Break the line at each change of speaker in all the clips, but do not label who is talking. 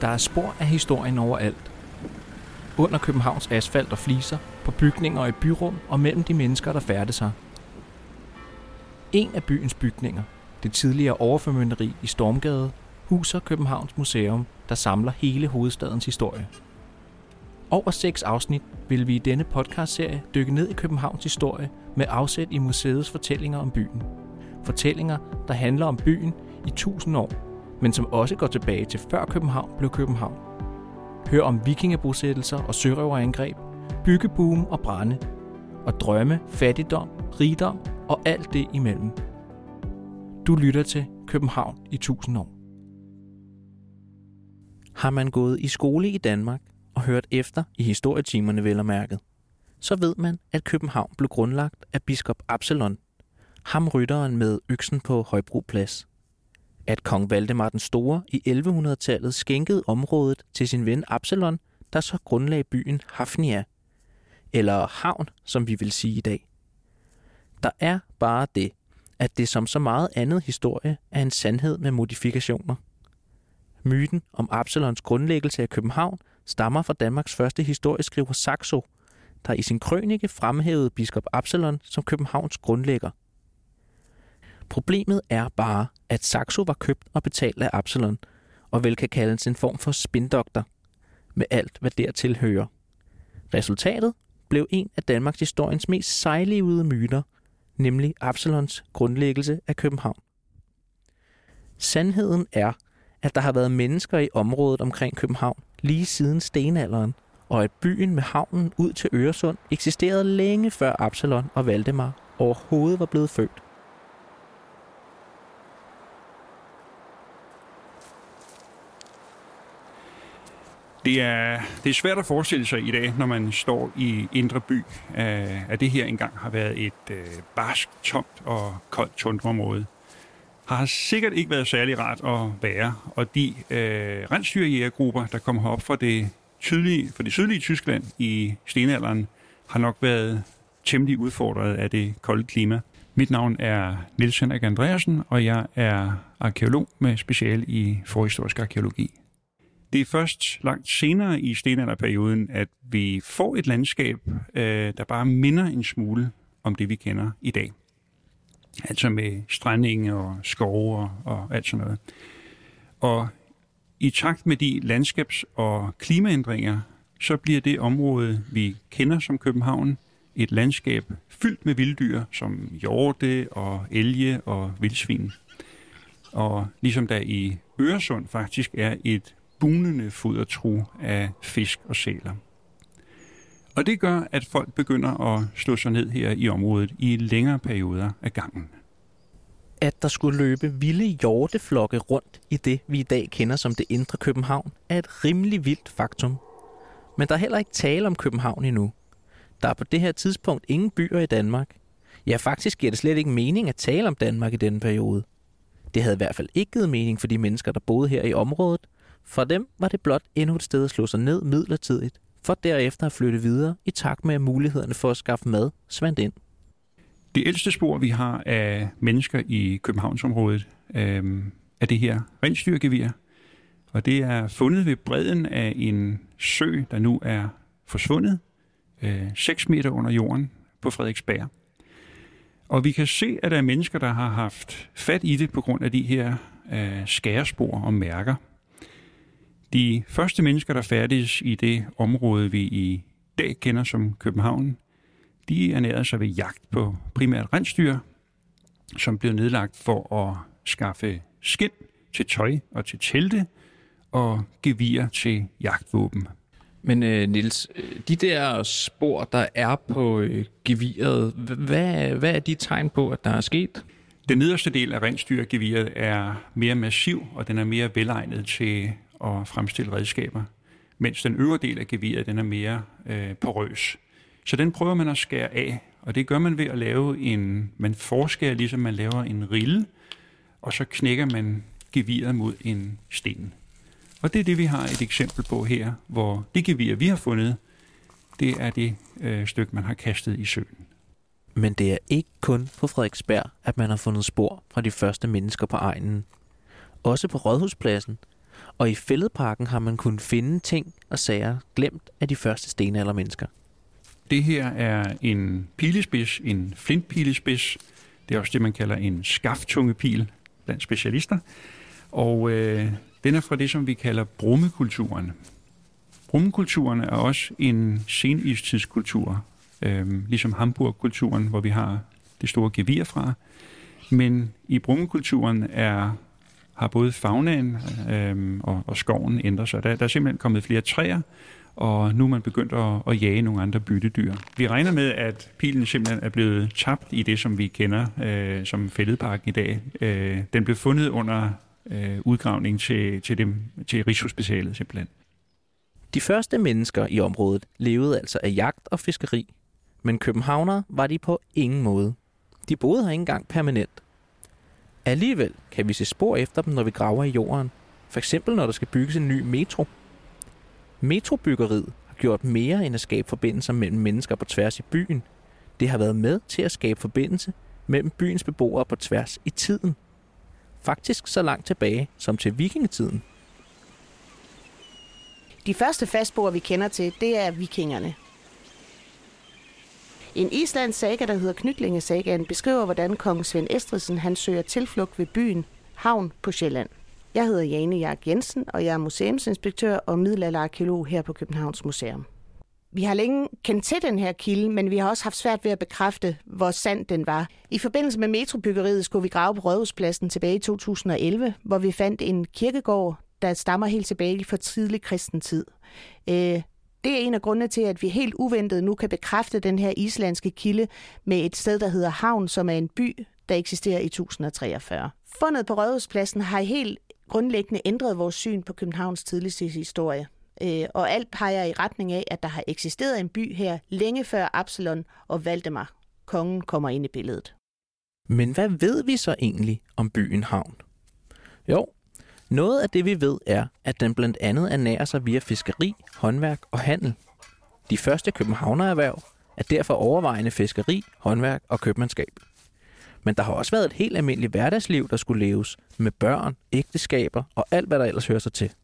Der er spor af historien overalt. Under Københavns asfalt og fliser, på bygninger og i byrum og mellem de mennesker, der færdes her. En af byens bygninger, det tidligere overformynderi i Stormgade, huser Københavns Museum, der samler hele hovedstadens historie. Over 6 afsnit vil vi i denne podcastserie dykke ned i Københavns historie med afsæt i museets fortællinger om byen. Fortællinger, der handler om byen i 1000 år, men som også går tilbage til før København blev København. Hør om vikingebosættelser og sørøverangreb, byggeboom og brande, og drømme, fattigdom, rigdom og alt det imellem. Du lytter til København i 1000 år. Har man gået i skole i Danmark og hørt efter i historietimerne vel og mærket, så ved man, at København blev grundlagt af biskop Absalon, ham rytteren med øksen på Højbro Plads. At kong Valdemar den Store i 1100-tallet skænkede området til sin ven Absalon, der så grundlagde byen Hafnia, eller Havn, som vi vil sige i dag. Der er bare det, at det som så meget andet historie er en sandhed med modifikationer. Myten om Absalons grundlæggelse af København stammer fra Danmarks første historieskriver Saxo, der i sin krønike fremhævede biskop Absalon som Københavns grundlægger. Problemet er bare, at Saxo var købt og betalt af Absalon, og vel kan kaldes en form for spindoktor, med alt hvad dertil hører. Resultatet blev en af Danmarks historiens mest sejlivede myter, nemlig Absalons grundlæggelse af København. Sandheden er, at der har været mennesker i området omkring København lige siden stenalderen, og at byen med havnen ud til Øresund eksisterede længe før Absalon og Valdemar overhovedet var blevet født.
Det er svært at forestille sig i dag, når man står i Indre By, at det her engang har været et barsk, tomt og koldt tundraområde. Har sikkert ikke været særlig rart at være, og de rensdyrjægergrupper, der kommer herop fra det sydlige Tyskland i stenalderen, har nok været temmelig udfordret af det kolde klima. Mit navn er Niels Henrik Andreasen, og jeg er arkæolog med speciale i forhistorisk arkæologi. Det er først langt senere i stenalderperioden, at vi får et landskab, der bare minder en smule om det, vi kender i dag. Altså med strandenge og skove og alt sådan noget. Og i takt med de landskabs- og klimaændringer, så bliver det område, vi kender som København, et landskab fyldt med vilddyr som hjorte og elge og vildsvin. Og ligesom der i Øresund faktisk er et bunende fodertru af fisk og sæler. Og det gør, at folk begynder at slå sig ned her i området i længere perioder af gangen.
At der skulle løbe vilde hjorteflokke rundt i det, vi i dag kender som det indre København, er et rimelig vildt faktum. Men der er heller ikke tale om København endnu. Der er på det her tidspunkt ingen byer i Danmark. Ja, faktisk giver det slet ikke mening at tale om Danmark i denne periode. Det havde i hvert fald ikke givet mening for de mennesker, der boede her i området. For dem var det blot endnu et sted at slå sig ned midlertidigt, for derefter at flytte videre i takt med, at mulighederne for at skaffe mad svandt ind.
Det ældste spor, vi har af mennesker i Københavnsområdet, er det her rensdyrgevir. Og det er fundet ved bredden af en sø, der nu er forsvundet, 6 meter under jorden på Frederiksberg. Og vi kan se, at der er mennesker, der har haft fat i det på grund af de her skærespor og mærker. De første mennesker, der færdes i det område, vi i dag kender som København, de ernærede sig ved jagt på primært rensdyr, som blev nedlagt for at skaffe skind til tøj og til telte og gevir til jagtvåben.
Men Niels, de der spor, der er på geviret, hvad er de tegn på, at der er sket?
Den nederste del af rensdyrgeviret er mere massiv, og den er mere velegnet til at fremstille redskaber, mens den øvre del af geviret, den er mere porøs. Så den prøver man at skære af, og det gør man ved at lave man forskærer ligesom man laver en rille, og så knækker man geviret mod en sten. Og det er det, vi har et eksempel på her, hvor det gevir, vi har fundet, det er det stykke, man har kastet i søen.
Men det er ikke kun på Frederiksberg, at man har fundet spor fra de første mennesker på egnen. Også på Rådhuspladsen og i Fælledparken har man kunnet finde ting og sager glemt af de første stenaldermennesker.
Det her er en pilespids, en flintpilespids. Det er også det, man kalder en skafttungepil blandt specialister. Og den er fra det, som vi kalder brummekulturen. Brummekulturen er også en senisttidskultur, ligesom Hamburg-kulturen, hvor vi har det store gevir fra. Men i brummekulturen har både faunaen og skoven ændret sig. Der er simpelthen kommet flere træer, og nu er man begyndt at jage nogle andre byttedyr. Vi regner med, at pilen simpelthen er blevet tabt i det, som vi kender som Fælledparken i dag. Den blev fundet under udgravning til Rigshospitalet simpelthen.
De første mennesker i området levede altså af jagt og fiskeri, men københavnere var de på ingen måde. De boede her ikke engang permanent. Alligevel kan vi se spor efter dem, når vi graver i jorden. For eksempel når der skal bygges en ny metro. Metrobyggeriet har gjort mere end at skabe forbindelser mellem mennesker på tværs i byen. Det har været med til at skabe forbindelse mellem byens beboere på tværs i tiden. Faktisk så langt tilbage som til vikingetiden.
De første fastboere, vi kender til, det er vikingerne. En islandsk saga, der hedder Knytlingesagaen, beskriver, hvordan kong Svend Estridsen han søger tilflugt ved byen Havn på Sjælland. Jeg hedder Jane Jark Jensen, og jeg er museumsinspektør og middelalderarkæolog her på Københavns Museum. Vi har længe kendt til den her kilde, men vi har også haft svært ved at bekræfte, hvor sand den var. I forbindelse med metrobyggeriet skulle vi grave på Rådhuspladsen tilbage i 2011, hvor vi fandt en kirkegård, der stammer helt tilbage fra tidlig kristen tid. Det er en af grundene til, at vi helt uventet nu kan bekræfte den her islandske kilde med et sted, der hedder Havn, som er en by, der eksisterer i 1043. Fundet på Rådhuspladsen har helt grundlæggende ændret vores syn på Københavns tidligste historie. Og alt peger i retning af, at der har eksisteret en by her længe før Absalon og Valdemar, kongen, kommer ind i billedet.
Men hvad ved vi så egentlig om byen Havn? Jo, noget af det vi ved er, at den blandt andet ernærer sig via fiskeri, håndværk og handel. De første københavnererhverv er derfor overvejende fiskeri, håndværk og købmandskab. Men der har også været et helt almindeligt hverdagsliv, der skulle leves med børn, ægteskaber og alt, hvad der ellers hører sig til.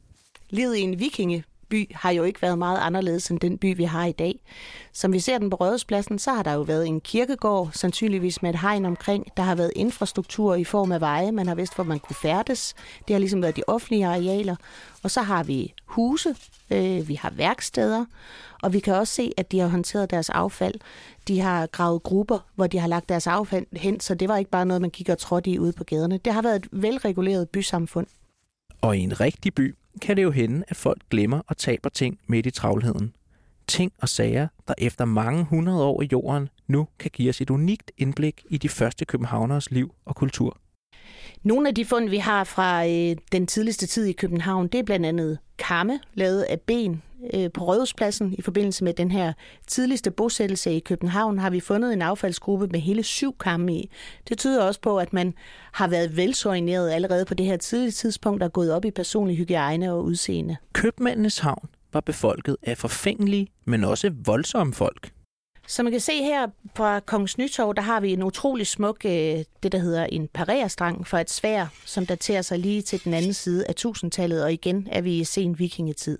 Livet i en vikingeby har jo ikke været meget anderledes end den by, vi har i dag. Som vi ser den på Rådhuspladsen, så har der jo været en kirkegård, sandsynligvis med et hegn omkring. Der har været infrastruktur i form af veje, man har vidst, hvor man kunne færdes. Det har ligesom været de offentlige arealer. Og så har vi huse, vi har værksteder, og vi kan også se, at de har håndteret deres affald. De har gravet grupper, hvor de har lagt deres affald hen, så det var ikke bare noget, man kigger og trådte i ude på gaderne. Det har været et velreguleret bysamfund.
Og i en rigtig by kan det jo hende, at folk glemmer og taber ting midt i travlheden. Ting og sager, der efter mange hundrede år i jorden nu kan give os et unikt indblik i de første københavneres liv og kultur.
Nogle af de fund, vi har fra den tidligste tid i København, det er blandt andet kamme, lavet af ben på Rådhuspladsen. I forbindelse med den her tidligste bosættelse i København har vi fundet en affaldsgruppe med hele 7 kamme i. Det tyder også på, at man har været velsoigneret allerede på det her tidlige tidspunkt og gået op i personlig hygiejne og udseende.
Købmændenes havn var befolket af forfængelige, men også voldsomme folk.
Som man kan se her på Kongens Nytorv, der har vi en utrolig smuk, det der hedder en parerstrang for et sværd, som daterer sig lige til den anden side af 1000-tallet, og igen er vi i sen vikingetid.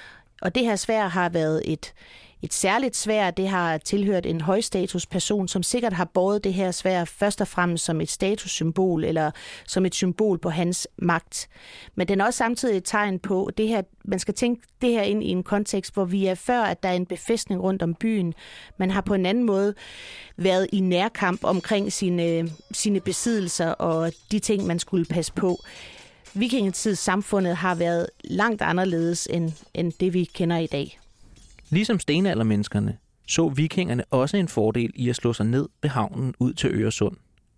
Og det her sværd har været et særligt sværd. Det har tilhørt en højstatusperson, som sikkert har båret det her sværd først og fremmest som et statussymbol eller som et symbol på hans magt. Men den er også samtidig et tegn på det her. Man skal tænke det her ind i en kontekst, hvor vi er før, at der er en befæstning rundt om byen. Man har på en anden måde været i nærkamp omkring sine besiddelser og de ting, man skulle passe på. Vikingetidsamfundet har været langt anderledes end det, vi kender i dag.
Ligesom stenaldermenneskerne så vikingerne også en fordel i at slå sig ned ved havnen ud til Øresund.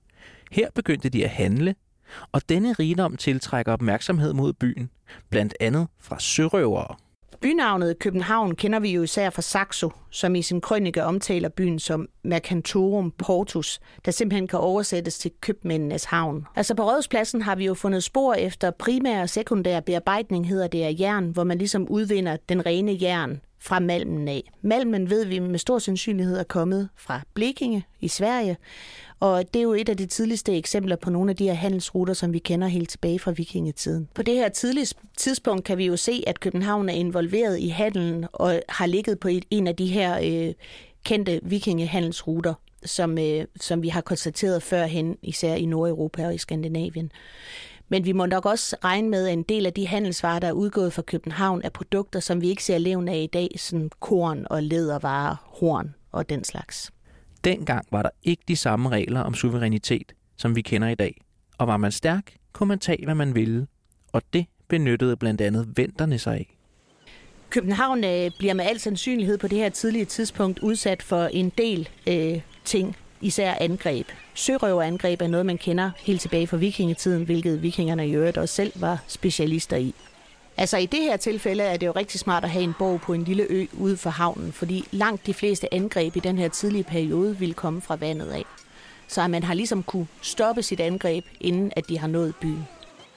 Her begyndte de at handle, og denne rigdom tiltrækker opmærksomhed mod byen, blandt andet fra sørøvere.
Bynavnet København kender vi jo især fra Saxo, som i sin krønike omtaler byen som Mercantorum Portus, der simpelthen kan oversættes til købmændenes havn. Altså på Rådhuspladsen har vi jo fundet spor efter primær og sekundær bearbejdning, hedder det af jern, hvor man ligesom udvinder den rene jern fra Malmen af. Malmen ved vi med stor sandsynlighed er kommet fra Blekinge i Sverige, og det er jo et af de tidligste eksempler på nogle af de her handelsruter, som vi kender helt tilbage fra vikingetiden. På det her tidlige tidspunkt kan vi jo se, at København er involveret i handelen og har ligget på en af de her kendte vikingehandelsruter, som vi har konstateret førhen, især i Nordeuropa og i Skandinavien. Men vi må nok også regne med, at en del af de handelsvarer, der er udgået fra København, er produkter, som vi ikke ser levende af i dag, som korn og lædervarer, horn og den slags.
Dengang var der ikke de samme regler om suverænitet, som vi kender i dag. Og var man stærk, kunne man tage, hvad man ville. Og det benyttede blandt andet venderne sig af.
København bliver med al sandsynlighed på det her tidlige tidspunkt udsat for en del ting, især angreb. Sørøverangreb er noget, man kender helt tilbage fra vikingetiden, hvilket vikingerne i øvrigt også selv var specialister i. Altså i det her tilfælde er det jo rigtig smart at have en borg på en lille ø ude for havnen, fordi langt de fleste angreb i den her tidlige periode ville komme fra vandet af. Så man har ligesom kunne stoppe sit angreb, inden at de har nået byen.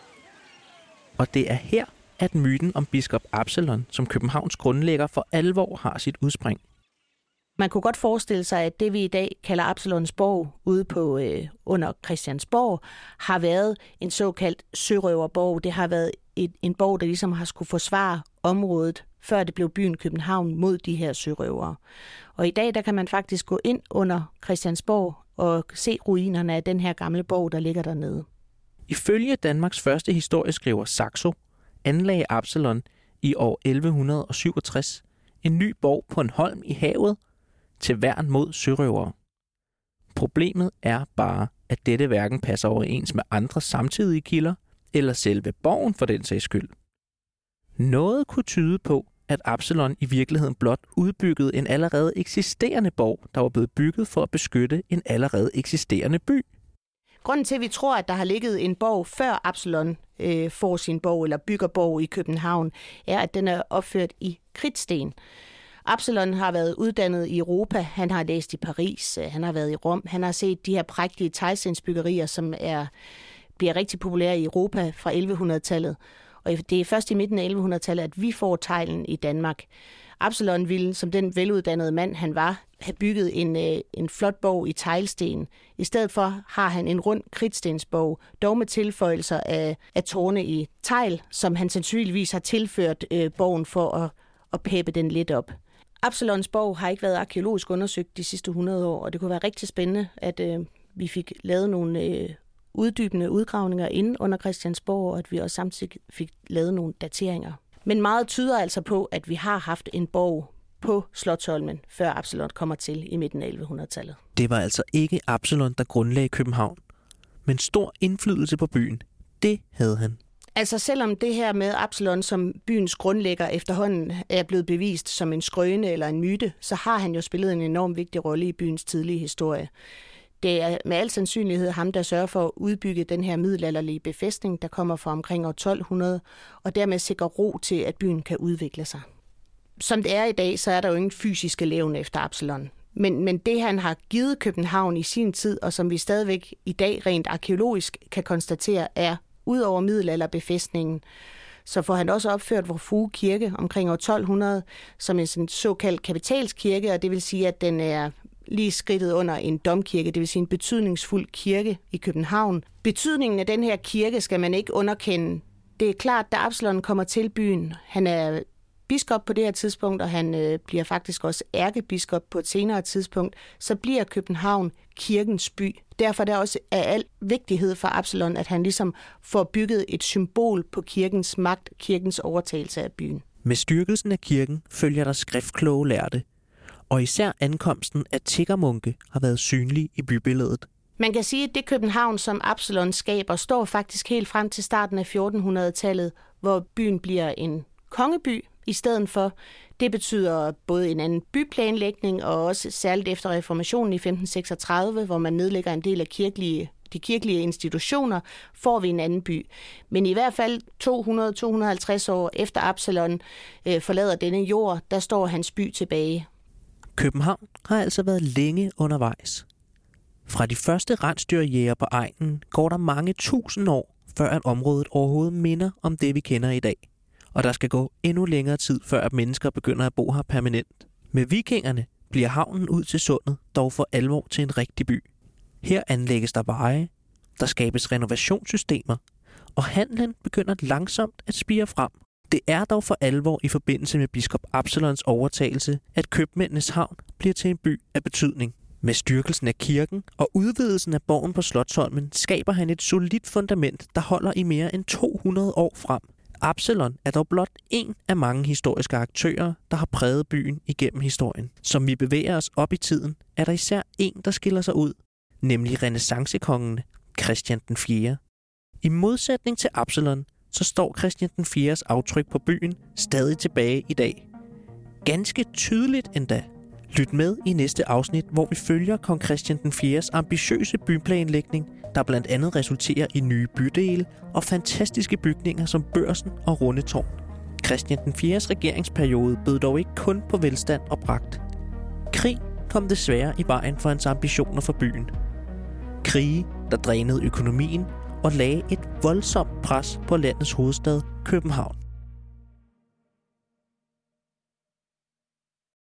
Og det er her, at myten om biskop Absalon som Københavns grundlægger for alvor har sit udspring.
Man kunne godt forestille sig, at det vi i dag kalder Absalons borg ude på under Christiansborg, har været en såkaldt sørøverborg. Det har været en borg, der ligesom har skulle forsvare området, før det blev byen København mod de her sørøvere. Og i dag der kan man faktisk gå ind under Christiansborg og se ruinerne af den her gamle borg, der ligger dernede.
Ifølge Danmarks første historieskriver Saxo anlagde Absalon i år 1167 en ny borg på en holm i havet til værn mod sørøvere. Problemet er bare, at dette hverken passer overens med andre samtidige kilder, eller selve borgen for den sags skyld. Noget kunne tyde på, at Absalon i virkeligheden blot udbyggede en allerede eksisterende borg, der var blevet bygget for at beskytte en allerede eksisterende by.
Grunden til, at vi tror, at der har ligget en borg før Absalon får sin borg eller bygger borg i København, er, at den er opført i kridtsten. Absalon har været uddannet i Europa, han har læst i Paris, han har været i Rom, han har set de her prægtige teglstensbyggerier, som bliver rigtig populære i Europa fra 1100-tallet. Og det er først i midten af 1100-tallet, at vi får teglen i Danmark. Absalon ville, som den veluddannede mand han var, have bygget en flot borg i teglsten. I stedet for har han en rund kridtstensborg, dog med tilføjelser af tårne i tegl, som han sandsynligvis har tilført borgen for at peppe den lidt op. Absalons borg har ikke været arkæologisk undersøgt de sidste 100 år, og det kunne være rigtig spændende, at vi fik lavet nogle uddybende udgravninger inde under Christiansborg, og at vi også samtidig fik lavet nogle dateringer. Men meget tyder altså på, at vi har haft en borg på Slotsholmen, før Absalon kommer til i midten af 1100-tallet.
Det var altså ikke Absalon, der grundlagde København, men stor indflydelse på byen. Det havde han.
Altså selvom det her med Absalon som byens grundlægger efterhånden er blevet bevist som en skrøne eller en myte, så har han jo spillet en enorm vigtig rolle i byens tidlige historie. Det er med al sandsynlighed ham, der sørger for at udbygge den her middelalderlige befæstning, der kommer fra omkring år 1200, og dermed sikrer ro til, at byen kan udvikle sig. Som det er i dag, så er der jo ingen fysiske levn efter Absalon. Men det, han har givet København i sin tid, og som vi stadigvæk i dag rent arkæologisk kan konstatere, er ud over middelalderbefæstningen, så får han også opført Vor Frue Kirke omkring år 1200 som en såkaldt kapitalskirke, og det vil sige, at den er lige skridtet under en domkirke, det vil sige en betydningsfuld kirke i København. Betydningen af den her kirke skal man ikke underkende. Det er klart, da Absalon kommer til byen, han er biskop på det her tidspunkt, og han bliver faktisk også ærkebiskop på et senere tidspunkt, så bliver København kirkens by. Derfor er det også af al vigtighed for Absalon, at han ligesom får bygget et symbol på kirkens magt, kirkens overtagelse af byen.
Med styrkelsen af kirken følger der skriftkloge lærte, og især ankomsten af tiggermunke har været synlig i bybilledet.
Man kan sige, at det København, som Absalon skaber, står faktisk helt frem til starten af 1400-tallet, hvor byen bliver en kongeby i stedet for. Det betyder både en anden byplanlægning, og også særligt efter reformationen i 1536, hvor man nedlægger en del af de kirkelige institutioner, får vi en anden by. Men i hvert fald 200-250 år efter Absalon forlader denne jord, der står hans by tilbage.
København har altså været længe undervejs. Fra de første rensdyrjæger på egnen går der mange tusind år, før at området overhovedet minder om det, vi kender i dag.
og der skal gå endnu længere tid, før at mennesker begynder at bo her permanent. Med vikingerne bliver havnen ud til sundet dog for alvor til en rigtig by. Her anlægges der veje, der skabes renovationssystemer, og handlen begynder langsomt at spire frem. Det er dog for alvor i forbindelse med biskop Absalons overtagelse, at købmændenes havn bliver til en by af betydning. Med styrkelsen af kirken og udvidelsen af borgen på Slotsholmen skaber han et solidt fundament, der holder i mere end 200 år frem. Absalon er dog blot en af mange historiske aktører, der har præget byen igennem historien. Som vi bevæger os op i tiden, er der især en, der skiller sig ud, nemlig renæssancekongen Christian den 4. I modsætning til Absalon, så står Christian den 4's aftryk på byen stadig tilbage i dag. Ganske tydeligt endda. Lyt med i næste afsnit, hvor vi følger kong Christian den 4's ambitiøse byplanlægning, der blandt andet resulterer i nye bydele og fantastiske bygninger som Børsen og Rundetårn. Christian den 4's regeringsperiode bød dog ikke kun på velstand og pragt. Krig kom desværre i vejen for hans ambitioner for byen. Krige, der drænede økonomien og lagde et voldsomt pres på landets hovedstad, København.